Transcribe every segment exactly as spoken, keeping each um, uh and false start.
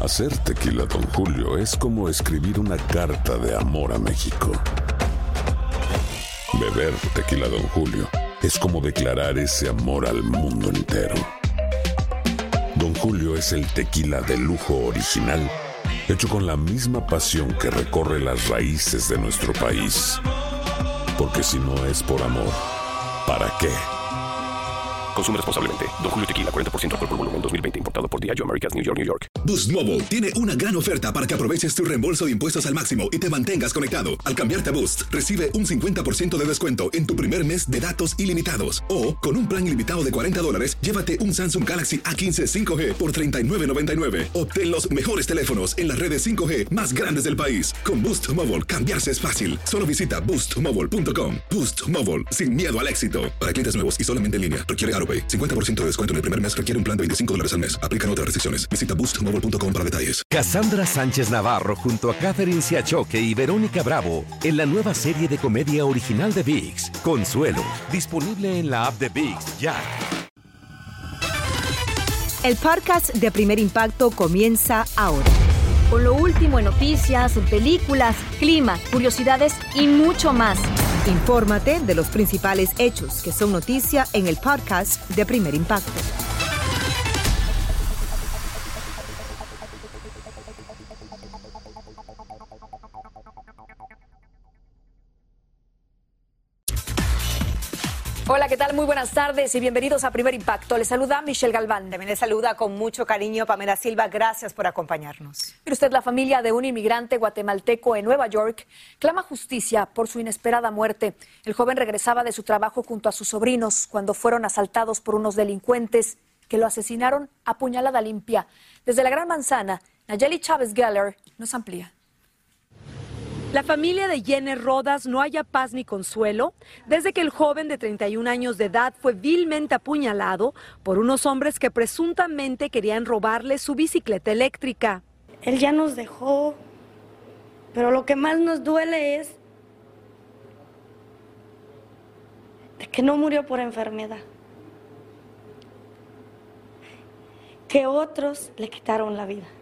Hacer tequila Don Julio es como escribir una carta de amor a México. Beber tequila Don Julio es como declarar ese amor al mundo entero. Don Julio es el tequila de lujo original, hecho con la misma pasión que recorre las raíces de nuestro país. Porque si no es por amor, ¿para qué? Consume responsablemente. Don Julio Tequila, cuarenta por ciento alcohol por volumen, dos mil veinte, importado por Diageo Americas, New York, New York. Boost Mobile tiene una gran oferta para que aproveches tu reembolso de impuestos al máximo y te mantengas conectado. Al cambiarte a Boost, recibe un cincuenta por ciento de descuento en tu primer mes de datos ilimitados. O, con un plan ilimitado de cuarenta dólares, llévate un Samsung Galaxy A quince cinco G por treinta y nueve noventa y nueve. Obtén los mejores teléfonos en las redes cinco G más grandes del país. Con Boost Mobile, cambiarse es fácil. Solo visita boost mobile punto com. Boost Mobile, sin miedo al éxito. Para clientes nuevos y solamente en línea, requiere AutoPay. cincuenta por ciento de descuento en el primer mes, requiere un plan de veinticinco dólares al mes. Aplican otras restricciones. Visita boost mobile punto com para detalles. Cassandra Sánchez Navarro junto a Catherine Siachoque y Verónica Bravo en la nueva serie de comedia original de ViX, Consuelo, disponible en la app de ViX ya. El podcast de Primer Impacto comienza ahora. Con lo último en noticias, películas, clima, curiosidades y mucho más. Infórmate de los principales hechos que son noticia en el podcast de Primer Impacto. Hola, ¿qué tal? Muy buenas tardes y bienvenidos a Primer Impacto. Les saluda Michelle Galván. También les saluda con mucho cariño Pamela Silva. Gracias por acompañarnos. Mire usted, la familia de un inmigrante guatemalteco en Nueva York clama justicia por su inesperada muerte. El joven regresaba de su trabajo junto a sus sobrinos cuando fueron asaltados por unos delincuentes que lo asesinaron a puñalada limpia. Desde la Gran Manzana, Nayeli Chávez Geller nos amplía. La familia de Jenner Rodas no halla paz ni consuelo desde que el joven de treinta y un años de edad fue vilmente apuñalado por unos hombres que presuntamente querían robarle su bicicleta eléctrica. Él ya nos dejó, pero lo que más nos duele es de que no murió por enfermedad, que otros le quitaron la vida,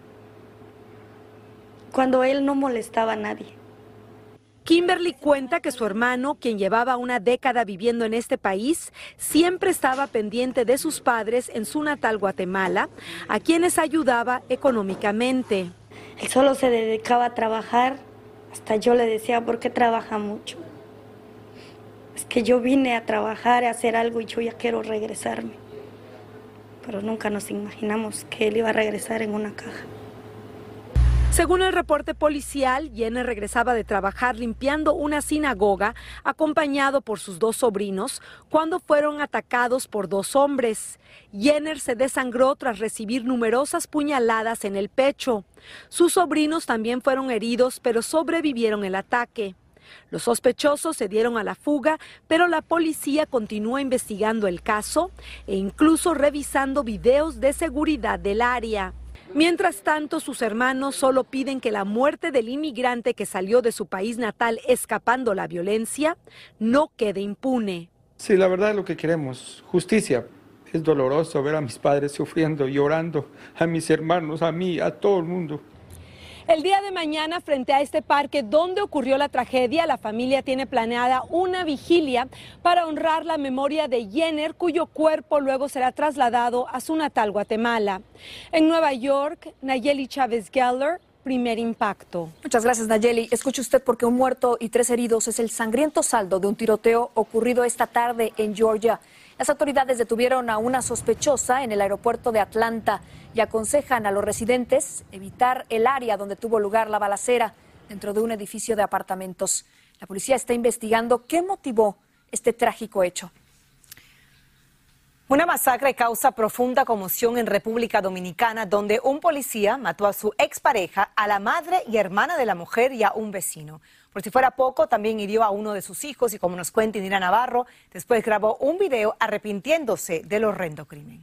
cuando él no molestaba a nadie. Kimberly cuenta que su hermano, quien llevaba una década viviendo en este país, siempre estaba pendiente de sus padres en su natal Guatemala, a quienes ayudaba económicamente. Él solo se dedicaba a trabajar, hasta yo le decía, ¿por qué trabaja mucho? Es que yo vine a trabajar, a hacer algo y yo ya quiero regresarme. Pero nunca nos imaginamos que él iba a regresar en una caja. Según el reporte policial, Jenner regresaba de trabajar limpiando una sinagoga acompañado por sus dos sobrinos cuando fueron atacados por dos hombres. Jenner se desangró tras recibir numerosas puñaladas en el pecho. Sus sobrinos también fueron heridos, pero sobrevivieron el ataque. Los sospechosos se dieron a la fuga, pero la policía continúa investigando el caso e incluso revisando videos de seguridad del área. Mientras tanto, sus hermanos solo piden que la muerte del inmigrante que salió de su país natal escapando la violencia no quede impune. Sí, la verdad es lo que queremos, justicia. Es doloroso ver a mis padres sufriendo, llorando, a mis hermanos, a mí, a todo el mundo. El día de mañana, frente a este parque donde ocurrió la tragedia, la familia tiene planeada una vigilia para honrar la memoria de Jenner, cuyo cuerpo luego será trasladado a su natal Guatemala. En Nueva York, Nayeli Chávez Geller, Primer Impacto. Muchas gracias, Nayeli. Escuche usted, porque un muerto y tres heridos es el sangriento saldo de un tiroteo ocurrido esta tarde en Georgia. Las autoridades detuvieron a una sospechosa en el aeropuerto de Atlanta y aconsejan a los residentes evitar el área donde tuvo lugar la balacera dentro de un edificio de apartamentos. La policía está investigando qué motivó este trágico hecho. Una masacre causa profunda conmoción en República Dominicana, donde un policía mató a su expareja, a la madre y hermana de la mujer y a un vecino. Por si fuera poco, también hirió a uno de sus hijos y, como nos cuenta Indira Navarro, después grabó un video arrepintiéndose del horrendo crimen.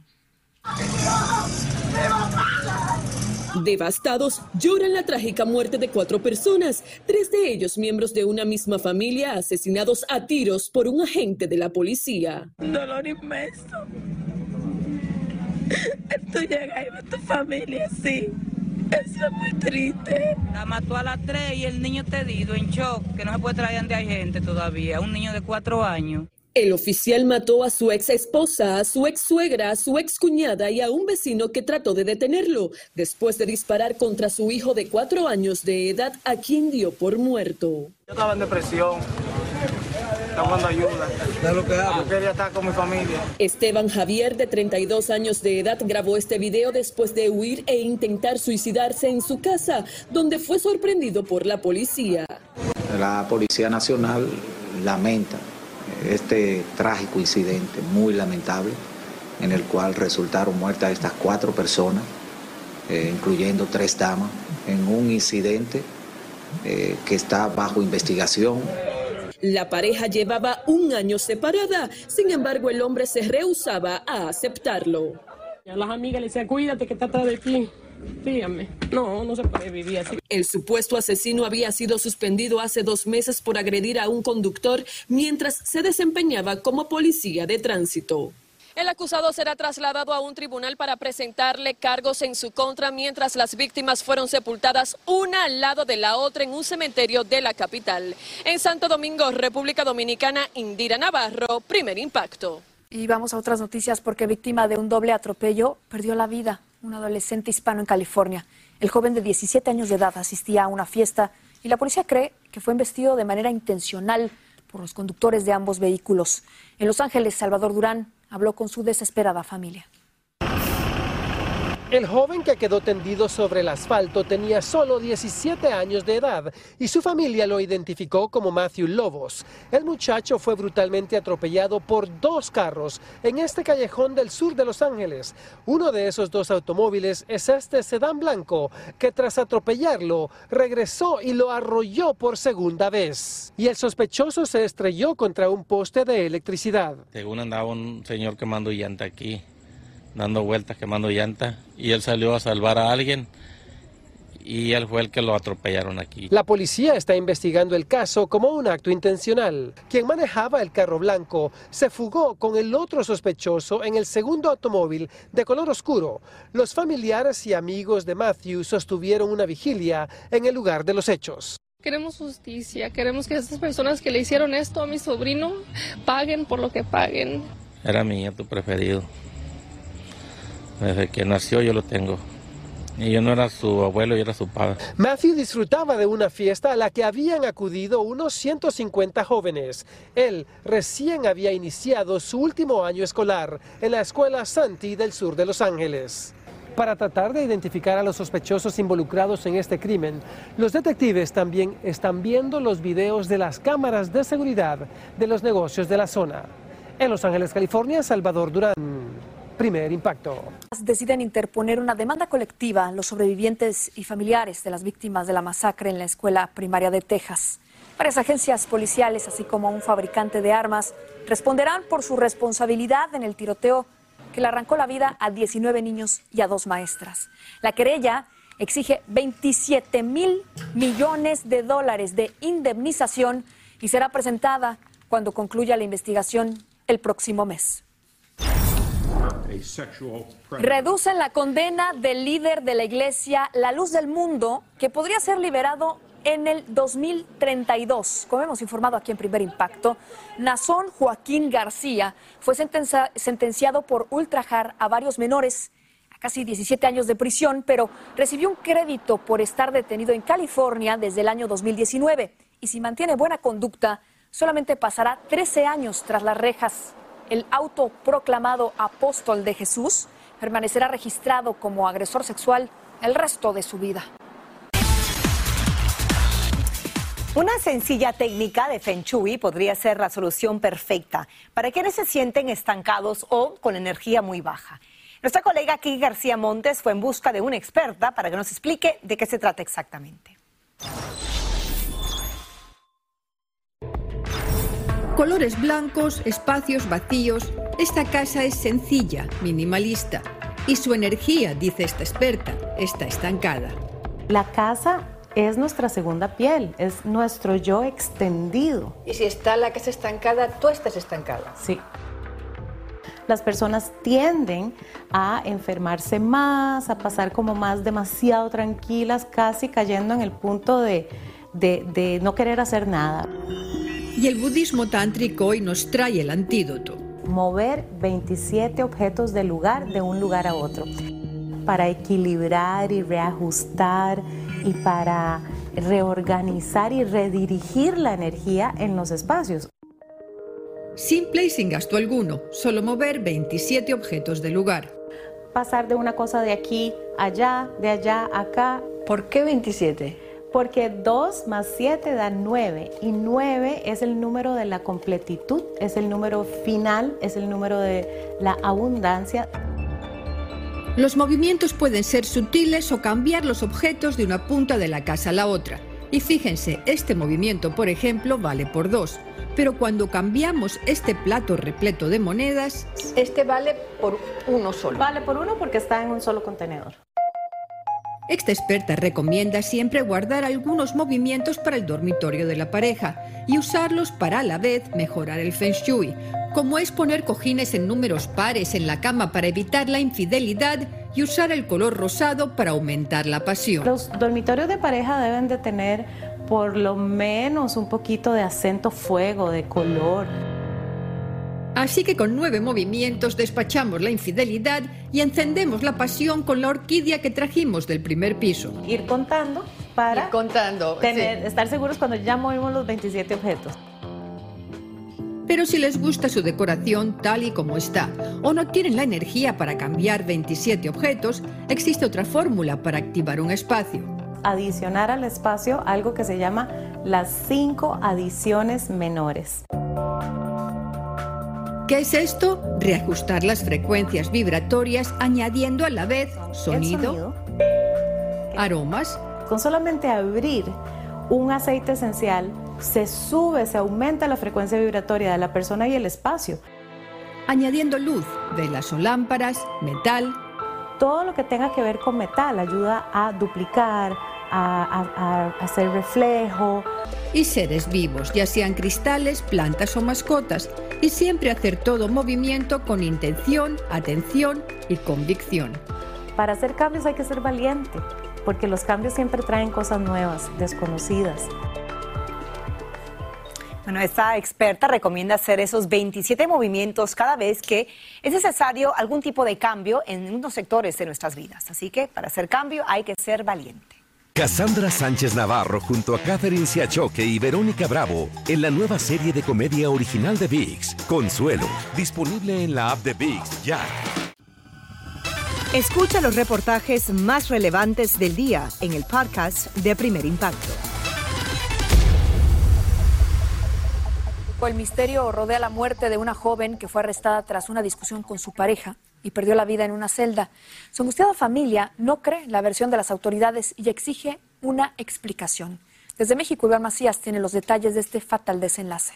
Devastados, lloran la trágica muerte de cuatro personas, tres de ellos miembros de una misma familia asesinados a tiros por un agente de la policía. Dolor inmenso. Tú llegas y ves tu familia así, Eso es muy triste. La mató a las tres y el niño tendido en shock, que no se puede traer ante gente todavía, un niño de cuatro años. El oficial mató a su ex esposa, a su ex suegra, a su ex cuñada y a un vecino que trató de detenerlo después de disparar contra su hijo de cuatro años de edad, a quien dio por muerto. Yo estaba en depresión, estaba dando ayuda. ¿De lo que hago? Yo quería estar con mi familia. Esteban Javier, de treinta y dos años de edad, grabó este video después de huir e intentar suicidarse en su casa, donde fue sorprendido por la policía. La Policía Nacional lamenta este trágico incidente, muy lamentable, en el cual resultaron muertas estas cuatro personas, eh, incluyendo tres damas, en un incidente eh, que está bajo investigación. La pareja llevaba un año separada, sin embargo el hombre se rehusaba a aceptarlo. A las amigas le decía, cuídate que está atrás de ti. Dígame, no, no se puede vivir así. El supuesto asesino había sido suspendido hace dos meses por agredir a un conductor mientras se desempeñaba como policía de tránsito. El acusado será trasladado a un tribunal para presentarle cargos en su contra mientras las víctimas fueron sepultadas una al lado de la otra en un cementerio de la capital. En Santo Domingo, República Dominicana, Indira Navarro, Primer Impacto. Y vamos a otras noticias porque víctima de un doble atropello perdió la vida. Un adolescente hispano en California. El joven de diecisiete años de edad asistía a una fiesta y la policía cree que fue embestido de manera intencional por los conductores de ambos vehículos. En Los Ángeles, Salvador Durán habló con su desesperada familia. El joven que quedó tendido sobre el asfalto tenía solo diecisiete años de edad y su familia lo identificó como Matthew Lobos. El muchacho fue brutalmente atropellado por dos carros en este callejón del sur de Los Ángeles. Uno de esos dos automóviles es este sedán blanco que tras atropellarlo regresó y lo arrolló por segunda vez. Y el sospechoso se estrelló contra un poste de electricidad. Según andaba un señor quemando llanta aquí, dando vueltas, quemando llanta, y él salió a salvar a alguien y él fue el que lo atropellaron aquí. La policía está investigando el caso como un acto intencional. Quien manejaba el carro blanco se fugó con el otro sospechoso en el segundo automóvil de color oscuro. Los familiares y amigos de Matthew sostuvieron una vigilia en el lugar de los hechos. Queremos justicia, queremos que esas personas que le hicieron esto a mi sobrino paguen por lo que paguen. Era mi nieto preferido. Desde que nació yo lo tengo. Y yo no era su abuelo, yo era su padre. Matthew disfrutaba de una fiesta a la que habían acudido unos ciento cincuenta jóvenes. Él recién había iniciado su último año escolar en la escuela Santee del sur de Los Ángeles. Para tratar de identificar a los sospechosos involucrados en este crimen, los detectives también están viendo los videos de las cámaras de seguridad de los negocios de la zona. En Los Ángeles, California, Salvador Durán. Primer Impacto. Deciden interponer una demanda colectiva los sobrevivientes y familiares de las víctimas de la masacre en la escuela primaria de Texas. Varias agencias policiales, así como un fabricante de armas, responderán por su responsabilidad en el tiroteo que le arrancó la vida a diecinueve niños y a dos maestras. La querella exige veintisiete mil millones de dólares de indemnización y será presentada cuando concluya la investigación el próximo mes. Reducen la condena del líder de la iglesia La Luz del Mundo, que podría ser liberado en el dos mil treinta y dos. Como hemos informado aquí en Primer Impacto, Nazón Joaquín García fue sentencia, sentenciado por ultrajar a varios menores a casi diecisiete años de prisión, pero recibió un crédito por estar detenido en California desde el año dos mil diecinueve. Y si mantiene buena conducta, solamente pasará trece años tras las rejas. El autoproclamado apóstol de Jesús permanecerá registrado como agresor sexual el resto de su vida. Una sencilla técnica de Feng Shui podría ser la solución perfecta para quienes se sienten estancados o con energía muy baja. Nuestra colega Kiki García Montes fue en busca de una experta para que nos explique de qué se trata exactamente. Colores blancos, espacios vacíos. Esta casa es sencilla, minimalista. Y su energía, dice esta experta, está estancada. La casa es nuestra segunda piel, es nuestro yo extendido. Y si está la casa estancada, tú estás estancada. Sí. las personas tienden a enfermarse más, a pasar como más demasiado tranquilas, casi cayendo en el punto de, de, de no querer hacer nada. Y el budismo tántrico hoy nos trae el antídoto. Mover veintisiete objetos del lugar, de un lugar a otro, para equilibrar y reajustar y para reorganizar y redirigir la energía en los espacios. Simple y sin gasto alguno, solo mover veintisiete objetos del lugar. Pasar de una cosa de aquí, allá, de allá, acá. ¿Por qué veintisiete? Porque dos más siete da nueve, y nueve es el número de la completitud, es el número final, es el número de la abundancia. Los movimientos pueden ser sutiles o cambiar los objetos de una punta de la casa a la otra. Y fíjense, este movimiento, por ejemplo, vale por dos. Pero cuando cambiamos este plato repleto de monedas... Este vale por uno solo. Vale por uno porque está en un solo contenedor. Esta experta recomienda siempre guardar algunos movimientos para el dormitorio de la pareja y usarlos para a la vez mejorar el Feng Shui, como es poner cojines en números pares en la cama para evitar la infidelidad y usar el color rosado para aumentar la pasión. Los dormitorios de pareja deben de tener por lo menos un poquito de acento fuego, de color. Así que con nueve movimientos despachamos la infidelidad y encendemos la pasión con la orquídea que trajimos del primer piso. Ir contando para Ir contando, tener, sí. estar seguros cuando ya movimos los veintisiete objetos. Pero si les gusta su decoración tal y como está, o no tienen la energía para cambiar veintisiete objetos, existe otra fórmula para activar un espacio. Adicionar al espacio algo que se llama las cinco adiciones menores. ¿Qué es esto? Reajustar las frecuencias vibratorias añadiendo a la vez sonido, sonido. aromas. Con solamente abrir un aceite esencial, se sube, se aumenta la frecuencia vibratoria de la persona y el espacio. Añadiendo luz, velas o lámparas, metal. Todo lo que tenga que ver con metal ayuda a duplicar, a, a, a hacer reflejo. Y seres vivos, ya sean cristales, plantas o mascotas. Y siempre hacer todo movimiento con intención, atención y convicción. Para hacer cambios hay que ser valiente, porque los cambios siempre traen cosas nuevas, desconocidas. Bueno, esta experta recomienda hacer esos veintisiete movimientos cada vez que es necesario algún tipo de cambio en unos sectores de nuestras vidas. Así que para hacer cambio hay que ser valiente. Cassandra Sánchez Navarro junto a Catherine Siachoque y Verónica Bravo en la nueva serie de comedia original de ViX, Consuelo, disponible en la app de ViX ya. Escucha los reportajes más relevantes del día en el podcast de Primer Impacto. El misterio rodea la muerte de una joven que fue arrestada tras una discusión con su pareja y perdió la vida en una celda. Su angustiada familia no cree la versión de las autoridades y exige una explicación. Desde México, Iván Macías tiene los detalles de este fatal desenlace.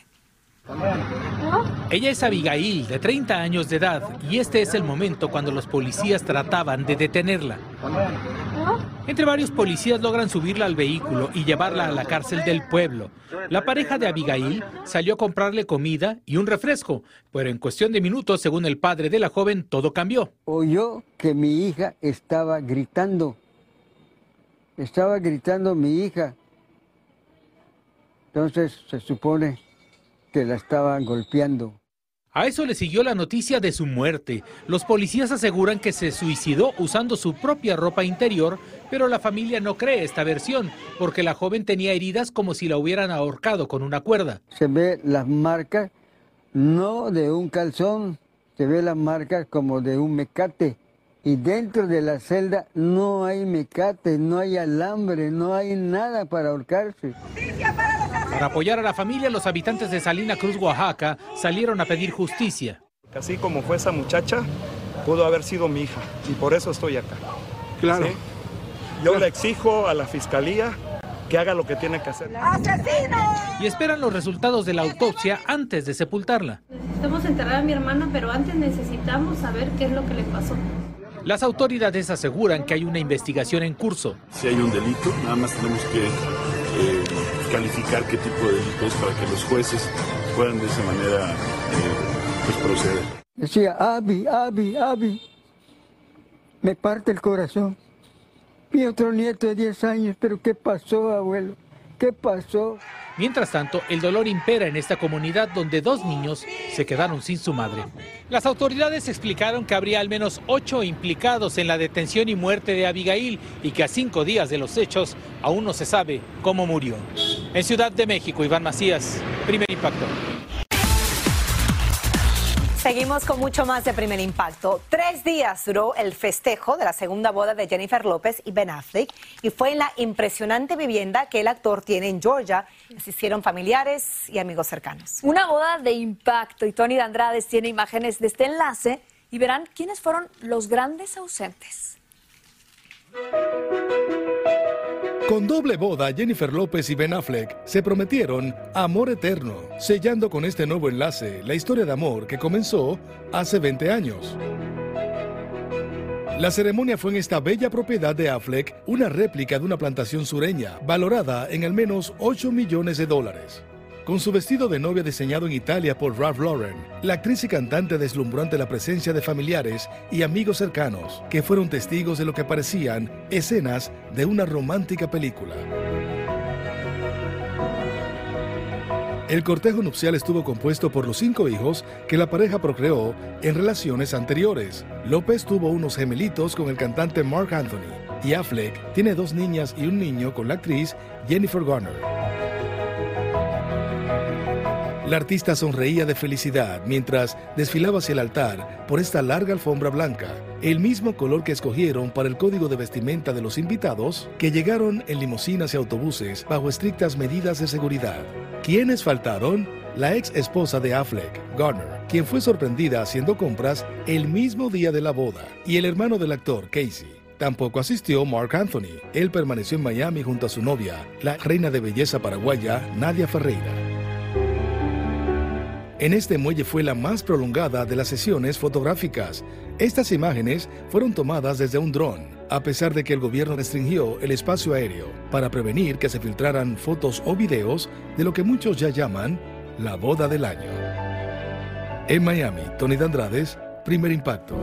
Ella es Abigail, de treinta años de edad, y este es el momento cuando los policías trataban de detenerla. Entre varios policías logran subirla al vehículo y llevarla a la cárcel del pueblo. La pareja de Abigail salió a comprarle comida y un refresco, pero en cuestión de minutos, según el padre de la joven, todo cambió. Oyó que mi hija estaba gritando. Estaba gritando mi hija. Entonces se supone que la estaban golpeando. A eso le siguió la noticia de su muerte. Los policías aseguran que se suicidó usando su propia ropa interior, pero la familia no cree esta versión, porque la joven tenía heridas como si la hubieran ahorcado con una cuerda. Se ve las marcas, no de un calzón, se ve las marcas como de un mecate. Y dentro de la celda no hay mecate, no hay alambre, no hay nada para ahorcarse. Para apoyar a la familia, los habitantes de Salina Cruz, Oaxaca, salieron a pedir justicia. Así como fue esa muchacha, pudo haber sido mi hija, y por eso estoy acá. Claro. ¿Sí? Yo le exijo a la fiscalía que haga lo que tiene que hacer. ¡Asesino! Y esperan los resultados de la autopsia antes de sepultarla. Necesitamos enterrar a mi hermana, pero antes necesitamos saber qué es lo que le pasó. Las autoridades aseguran que hay una investigación en curso. Si hay un delito, nada más tenemos que eh, calificar qué tipo de delito es para que los jueces puedan de esa manera eh, pues procede. Decía, Abby, Abby, Abby. Me parte el corazón. Mi otro nieto de diez años, pero ¿qué pasó, abuelo? ¿Qué pasó? Mientras tanto, el dolor impera en esta comunidad donde dos niños se quedaron sin su madre. Las autoridades explicaron que habría al menos ocho implicados en la detención y muerte de Abigail y que a cinco días de los hechos aún no se sabe cómo murió. En Ciudad de México, Iván Macías, Primer Impacto. Seguimos con mucho más de Primer Impacto. Tres días duró el festejo de la segunda boda de Jennifer López y Ben Affleck y fue en la impresionante vivienda que el actor tiene en Georgia. Asistieron familiares y amigos cercanos. Una boda de impacto y Tony de Andrades tiene imágenes de este enlace y verán quiénes fueron los grandes ausentes. Con doble boda, Jennifer López y Ben Affleck se prometieron amor eterno, sellando con este nuevo enlace la historia de amor que comenzó hace veinte años. La ceremonia fue en esta bella propiedad de Affleck, una réplica de una plantación sureña, valorada en al menos ocho millones de dólares. Con su vestido de novia diseñado en Italia por Ralph Lauren, la actriz y cantante deslumbró ante la presencia de familiares y amigos cercanos, que fueron testigos de lo que parecían escenas de una romántica película. El cortejo nupcial estuvo compuesto por los cinco hijos que la pareja procreó en relaciones anteriores. López tuvo unos gemelitos con el cantante Marc Anthony y Affleck tiene dos niñas y un niño con la actriz Jennifer Garner. La artista sonreía de felicidad mientras desfilaba hacia el altar por esta larga alfombra blanca, el mismo color que escogieron para el código de vestimenta de los invitados, que llegaron en limusinas y autobuses bajo estrictas medidas de seguridad. ¿Quiénes faltaron? La ex esposa de Affleck, Garner, quien fue sorprendida haciendo compras el mismo día de la boda, y el hermano del actor, Casey. Tampoco asistió Marc Anthony. Él permaneció en Miami junto a su novia, la reina de belleza paraguaya, Nadia Ferreira. En este muelle fue la más prolongada de las sesiones fotográficas. Estas imágenes fueron tomadas desde un dron, a pesar de que el gobierno restringió el espacio aéreo para prevenir que se filtraran fotos o videos de lo que muchos ya llaman la boda del año. En Miami, Tony de Andrades, Primer Impacto.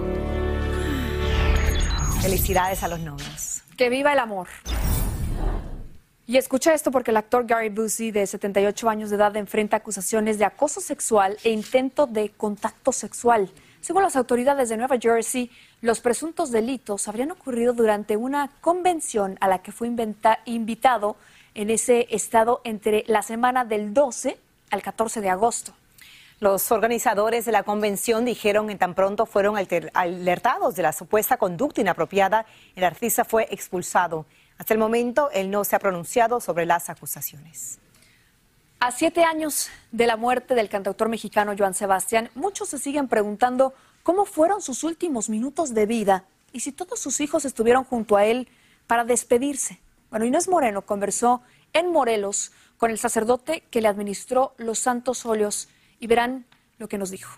Felicidades a los novios. Que viva el amor. Y escucha esto porque el actor Gary Busey, de setenta y ocho años de edad, enfrenta acusaciones de acoso sexual e intento de contacto sexual. Según las autoridades de Nueva Jersey, los presuntos delitos habrían ocurrido durante una convención a la que fue inventa- invitado en ese estado entre la semana del doce al catorce de agosto. Los organizadores de la convención dijeron que tan pronto fueron alter- alertados de la supuesta conducta inapropiada, el artista fue expulsado. Hasta el momento, él no se ha pronunciado sobre las acusaciones. A siete años de la muerte del cantautor mexicano Joan Sebastián, muchos se siguen preguntando cómo fueron sus últimos minutos de vida y si todos sus hijos estuvieron junto a él para despedirse. Bueno, Inés Moreno conversó en Morelos con el sacerdote que le administró los santos óleos y verán lo que nos dijo.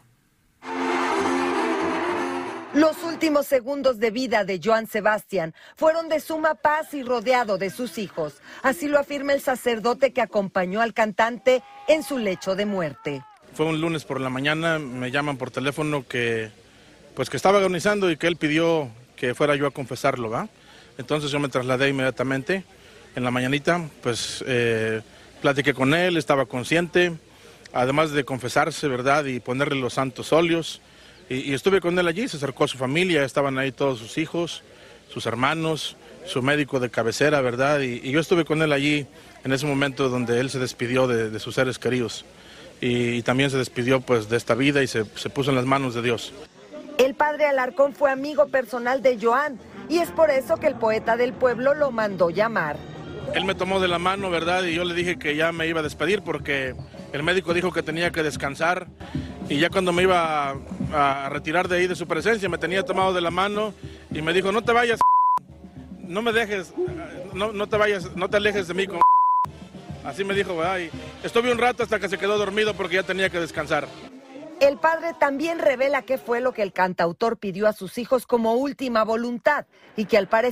Los últimos segundos de vida de Joan Sebastián fueron de suma paz y rodeado de sus hijos. Así lo afirma el sacerdote que acompañó al cantante en su lecho de muerte. Fue un lunes por la mañana, me llaman por teléfono que, pues que estaba agonizando y que él pidió que fuera yo a confesarlo, ¿va? Entonces yo me trasladé inmediatamente. En la mañanita, pues eh, platiqué con él, estaba consciente, además de confesarse, ¿verdad? Y ponerle los santos óleos. Y, y estuve con él allí, se acercó a su familia, estaban ahí todos sus hijos, sus hermanos, su médico de cabecera, ¿verdad? Y, y yo estuve con él allí en ese momento donde él se despidió de, de sus seres queridos. Y, y también se despidió pues de esta vida y se, se puso en las manos de Dios. El padre Alarcón fue amigo personal de Joan y es por eso que el poeta del pueblo lo mandó llamar. Él me tomó de la mano, ¿verdad? Y yo le dije que ya me iba a despedir porque el médico dijo que tenía que descansar. Y ya cuando me iba a, a retirar de ahí de su presencia, me tenía tomado de la mano y me dijo, no te vayas, no me dejes, no, no te vayas, no te alejes de mí. Con... Así me dijo, ¿verdad? Y estuve un rato hasta que se quedó dormido porque ya tenía que descansar. El padre también revela qué fue lo que el cantautor pidió a sus hijos como última voluntad y que al parecer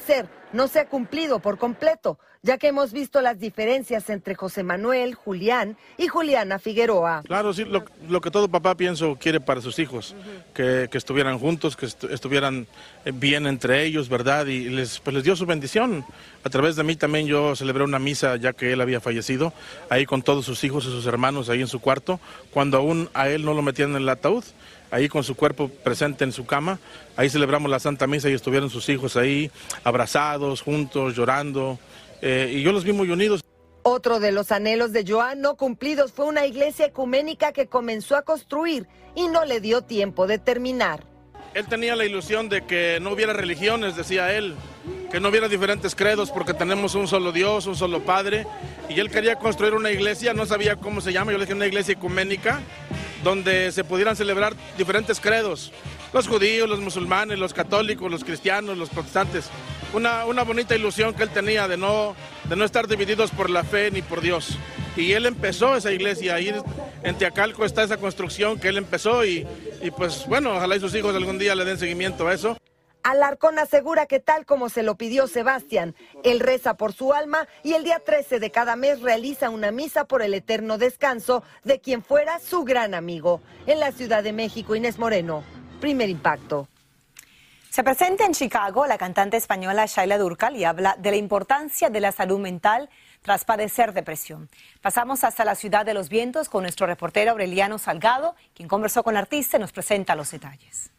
no se ha cumplido por completo, ya que hemos visto las diferencias entre José Manuel, Julián y Juliana Figueroa. Claro, sí, lo, lo que todo papá, pienso, quiere para sus hijos, uh-huh. que, que estuvieran juntos, que estu estuvieran bien entre ellos, ¿verdad? Y les, pues les dio su bendición. A través de mí también yo celebré una misa, ya que él había fallecido, ahí con todos sus hijos y sus hermanos, ahí en su cuarto, cuando aún a él no lo metían en el ataúd, ahí con su cuerpo presente en su cama, ahí celebramos la Santa Misa y estuvieron sus hijos ahí, abrazados, juntos, llorando. Eh, y yo los vi muy unidos. Otro de los anhelos de Joan no cumplidos fue una iglesia ecuménica que comenzó a construir y no le dio tiempo de terminar. Él tenía la ilusión de que no hubiera religiones, decía él, que no hubiera diferentes credos porque tenemos un solo Dios, un solo Padre, y él quería construir una iglesia, no sabía cómo se llama, yo le dije una iglesia ecuménica, donde se pudieran celebrar diferentes credos, los judíos, los musulmanes, los católicos, los cristianos, los protestantes. Una, una bonita ilusión que él tenía de no, de no estar divididos por la fe ni por Dios. Y él empezó esa iglesia, ahí en Teacalco está esa construcción que él empezó y, y pues bueno, ojalá y sus hijos algún día le den seguimiento a eso. Alarcón asegura que tal como se lo pidió Sebastián, él reza por su alma y el día trece de cada mes realiza una misa por el eterno descanso de quien fuera su gran amigo. En la Ciudad de México, Inés Moreno, Primer Impacto. Se presenta en Chicago la cantante española Shaila Durcal y habla de la importancia de la salud mental tras padecer depresión. Pasamos hasta la Ciudad de los Vientos con nuestro reportero Aureliano Salgado, quien conversó con la artista y nos presenta los detalles.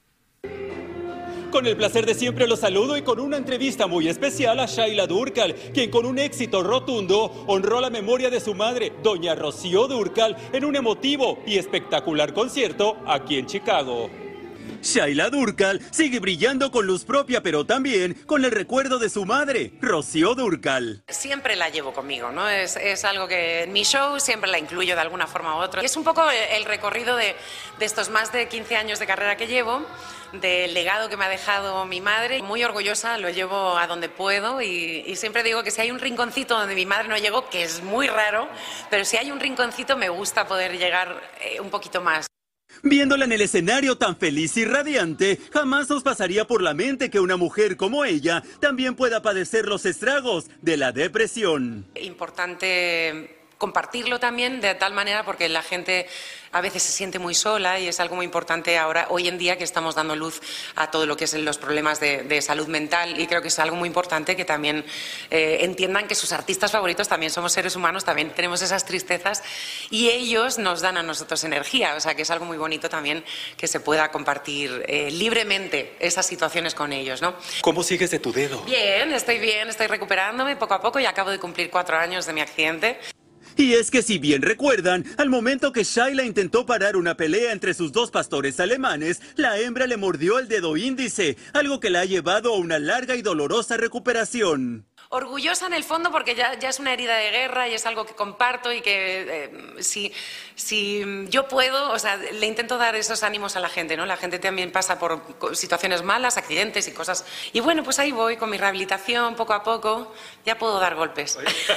Con el placer de siempre los saludo y con una entrevista muy especial a Shaila Durcal, quien con un éxito rotundo honró la memoria de su madre, doña Rocío Durcal, en un emotivo y espectacular concierto aquí en Chicago. Shaila Durcal sigue brillando con luz propia, pero también con el recuerdo de su madre, Rocío Durcal. Siempre la llevo conmigo, ¿no? Es, es algo que en mi show siempre la incluyo de alguna forma u otra. Y es un poco el, el recorrido de, de estos más de quince años de carrera que llevo, del legado que me ha dejado mi madre. Muy orgullosa, lo llevo a donde puedo y, y siempre digo que si hay un rinconcito donde mi madre no llegó, que es muy raro, pero si hay un rinconcito me gusta poder llegar eh, un poquito más. Viéndola en el escenario tan feliz y radiante, jamás nos pasaría por la mente que una mujer como ella también pueda padecer los estragos de la depresión. Importante compartirlo también de tal manera porque la gente a veces se siente muy sola y es algo muy importante ahora, hoy en día, que estamos dando luz a todo lo que es los problemas de, de salud mental, y creo que es algo muy importante que también eh, entiendan que sus artistas favoritos también somos seres humanos, también tenemos esas tristezas y ellos nos dan a nosotros energía, o sea que es algo muy bonito también que se pueda compartir eh, libremente esas situaciones con ellos, ¿no? ¿Cómo sigues de tu dedo? Bien, estoy bien, estoy recuperándome poco a poco y acabo de cumplir cuatro años de mi accidente. Y es que si bien recuerdan, al momento que Shaila intentó parar una pelea entre sus dos pastores alemanes, la hembra le mordió el dedo índice, algo que la ha llevado a una larga y dolorosa recuperación. Orgullosa en el fondo porque ya, ya es una herida de guerra y es algo que comparto y que eh, si, si yo puedo, o sea, le intento dar esos ánimos a la gente, ¿no? La gente también pasa por situaciones malas, accidentes y cosas. Y bueno, pues ahí voy con mi rehabilitación poco a poco. Ya puedo dar golpes.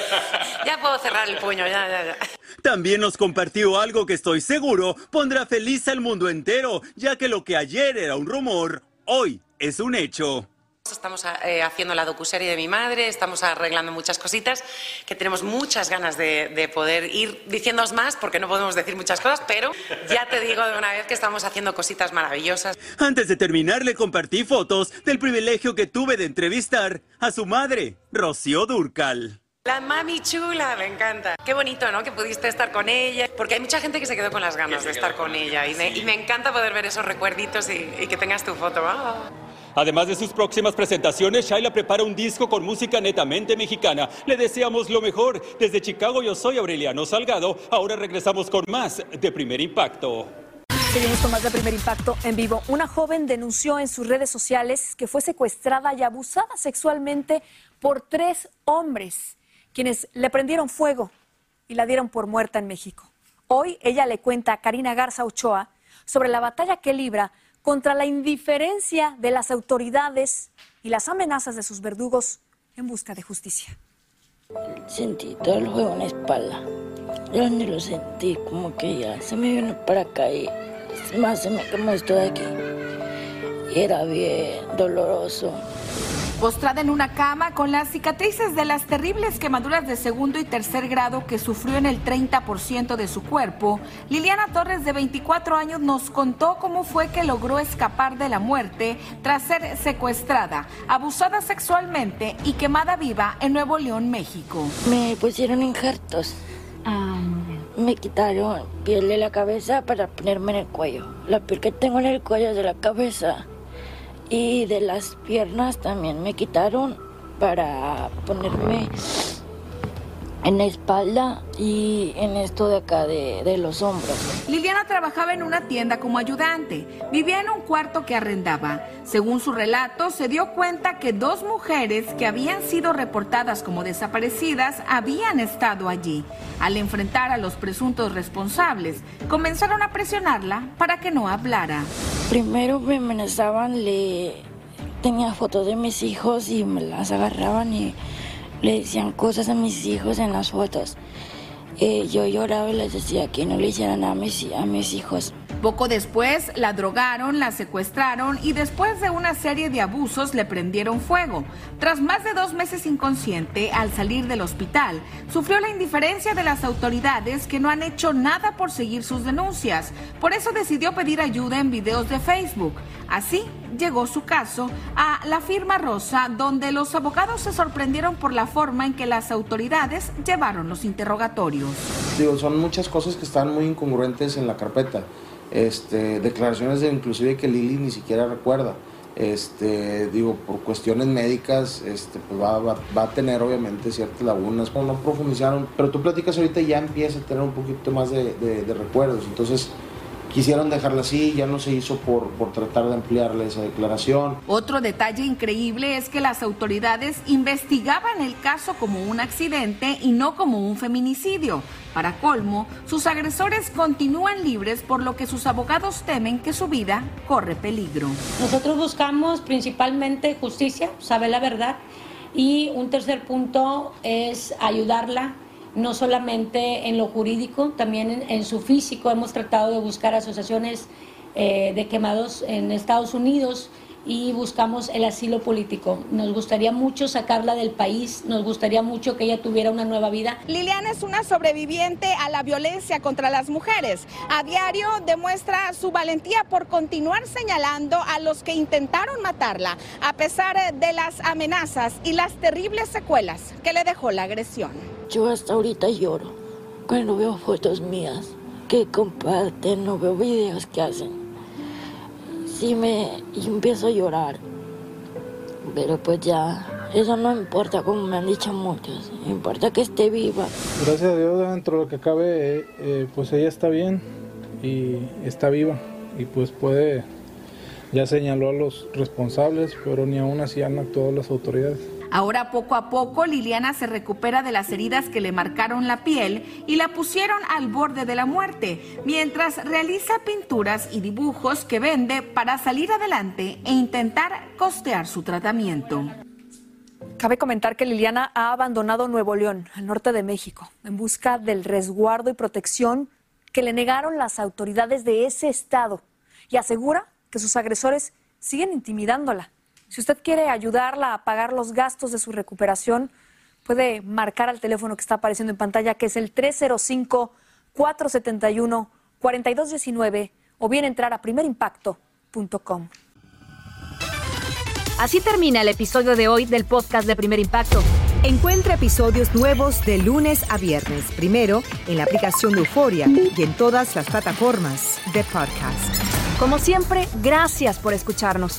Ya puedo cerrar el puño, ya, ya, ya. También nos compartió algo que estoy seguro pondrá feliz al mundo entero, ya que lo que ayer era un rumor, hoy es un hecho. Estamos eh, haciendo la docuserie de mi madre, estamos arreglando muchas cositas, que tenemos muchas ganas de, de poder ir diciéndoos más, porque no podemos decir muchas cosas, pero ya te digo de una vez que estamos haciendo cositas maravillosas. Antes de terminar, le compartí fotos del privilegio que tuve de entrevistar a su madre, Rocío Durcal. La mami chula, me encanta. Qué bonito, ¿no? Que pudiste estar con ella, porque hay mucha gente que se quedó con las ganas de estar con ella y me, y me encanta poder ver esos recuerditos y, y que tengas tu foto. Oh. Además de sus próximas presentaciones, Shaila prepara un disco con música netamente mexicana. Le deseamos lo mejor. Desde Chicago, yo soy Aureliano Salgado. Ahora regresamos con más de Primer Impacto. Seguimos con más de Primer Impacto en vivo. Una joven denunció en sus redes sociales que fue secuestrada y abusada sexualmente por tres hombres, quienes le prendieron fuego y la dieron por muerta en México. Hoy ella le cuenta a Karina Garza Ochoa sobre la batalla que libra contra la indiferencia de las autoridades y las amenazas de sus verdugos en busca de justicia. Sentí todo el juego en la espalda. Yo ni lo sentí, como que ya se me vino para acá y es más, se me quemó esto de aquí. Y era bien doloroso. Postrada en una cama con las cicatrices de las terribles quemaduras de segundo y tercer grado que sufrió en el treinta por ciento de su cuerpo, Liliana Torres, de veinticuatro años, nos contó cómo fue que logró escapar de la muerte tras ser secuestrada, abusada sexualmente y quemada viva en Nuevo León, México. Me pusieron injertos. Ah, me quitaron piel de la cabeza para ponerme en el cuello. La piel que tengo en el cuello es de la cabeza. Y de las piernas también me quitaron para ponerme en la espalda y en esto de acá de, de los hombros. Liliana trabajaba en una tienda como ayudante. Vivía en un cuarto que arrendaba. Según su relato, se dio cuenta que dos mujeres que habían sido reportadas como desaparecidas habían estado allí. Al enfrentar a los presuntos responsables, comenzaron a presionarla para que no hablara. Primero me amenazaban, le tenía fotos de mis hijos y me las agarraban y le decían cosas a mis hijos en las fotos. Eh, yo lloraba y les decía que no le hicieran nada a mis, a mis hijos. Poco después la drogaron, la secuestraron y después de una serie de abusos le prendieron fuego. Tras más de dos meses inconsciente, al salir del hospital, sufrió la indiferencia de las autoridades que no han hecho nada por seguir sus denuncias. Por eso decidió pedir ayuda en videos de Facebook. Así llegó su caso a La Firma Rosa, donde los abogados se sorprendieron por la forma en que las autoridades llevaron los interrogatorios. Digo, son muchas cosas que están muy incongruentes en la carpeta. Este, declaraciones de inclusive que Lili ni siquiera recuerda. Este, digo, por cuestiones médicas, este, pues va, va, va a tener obviamente ciertas lagunas, pero no profundizaron. Pero tú platicas ahorita y ya empieza a tener un poquito más de, de, de recuerdos. Entonces, quisieron dejarla así, ya no se hizo por, por tratar de ampliarle esa declaración. Otro detalle increíble es que las autoridades investigaban el caso como un accidente y no como un feminicidio. Para colmo, sus agresores continúan libres, por lo que sus abogados temen que su vida corre peligro. Nosotros buscamos principalmente justicia, saber la verdad, y un tercer punto es ayudarla, no solamente en lo jurídico, también en, en su físico. Hemos tratado de buscar asociaciones eh, de quemados en Estados Unidos y buscamos el asilo político. Nos gustaría mucho sacarla del país, nos gustaría mucho que ella tuviera una nueva vida. Liliana es una sobreviviente a la violencia contra las mujeres. A diario demuestra su valentía por continuar señalando a los que intentaron matarla, a pesar de las amenazas y las terribles secuelas que le dejó la agresión. Yo hasta ahorita lloro cuando veo fotos mías que comparten, no veo videos que hacen. Sí me y empiezo a llorar, pero pues ya, eso no importa, como me han dicho muchos, importa que esté viva. Gracias a Dios, dentro de lo que cabe, eh, pues ella está bien y está viva y pues puede, ya señaló a los responsables, pero ni aún así han actuado las autoridades. Ahora, poco a poco, Liliana se recupera de las heridas que le marcaron la piel y la pusieron al borde de la muerte, mientras realiza pinturas y dibujos que vende para salir adelante e intentar costear su tratamiento. Cabe comentar que Liliana ha abandonado Nuevo León, al norte de México, en busca del resguardo y protección que le negaron las autoridades de ese estado, y asegura que sus agresores siguen intimidándola. Si usted quiere ayudarla a pagar los gastos de su recuperación, puede marcar al teléfono que está apareciendo en pantalla, que es el tres cero cinco, cuatro siete uno, cuatro dos uno nueve, o bien entrar a primer impacto punto com. Así termina el episodio de hoy del podcast de Primer Impacto. Encuentra episodios nuevos de lunes a viernes, primero en la aplicación de Euforia y en todas las plataformas de podcast. Como siempre, gracias por escucharnos.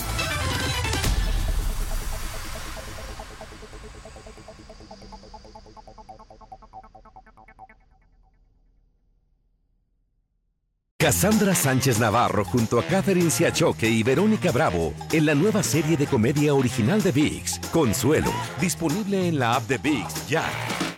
Cassandra Sánchez Navarro junto a Catherine Siachoque y Verónica Bravo en la nueva serie de comedia original de ViX, Consuelo, disponible en la app de ViX ya.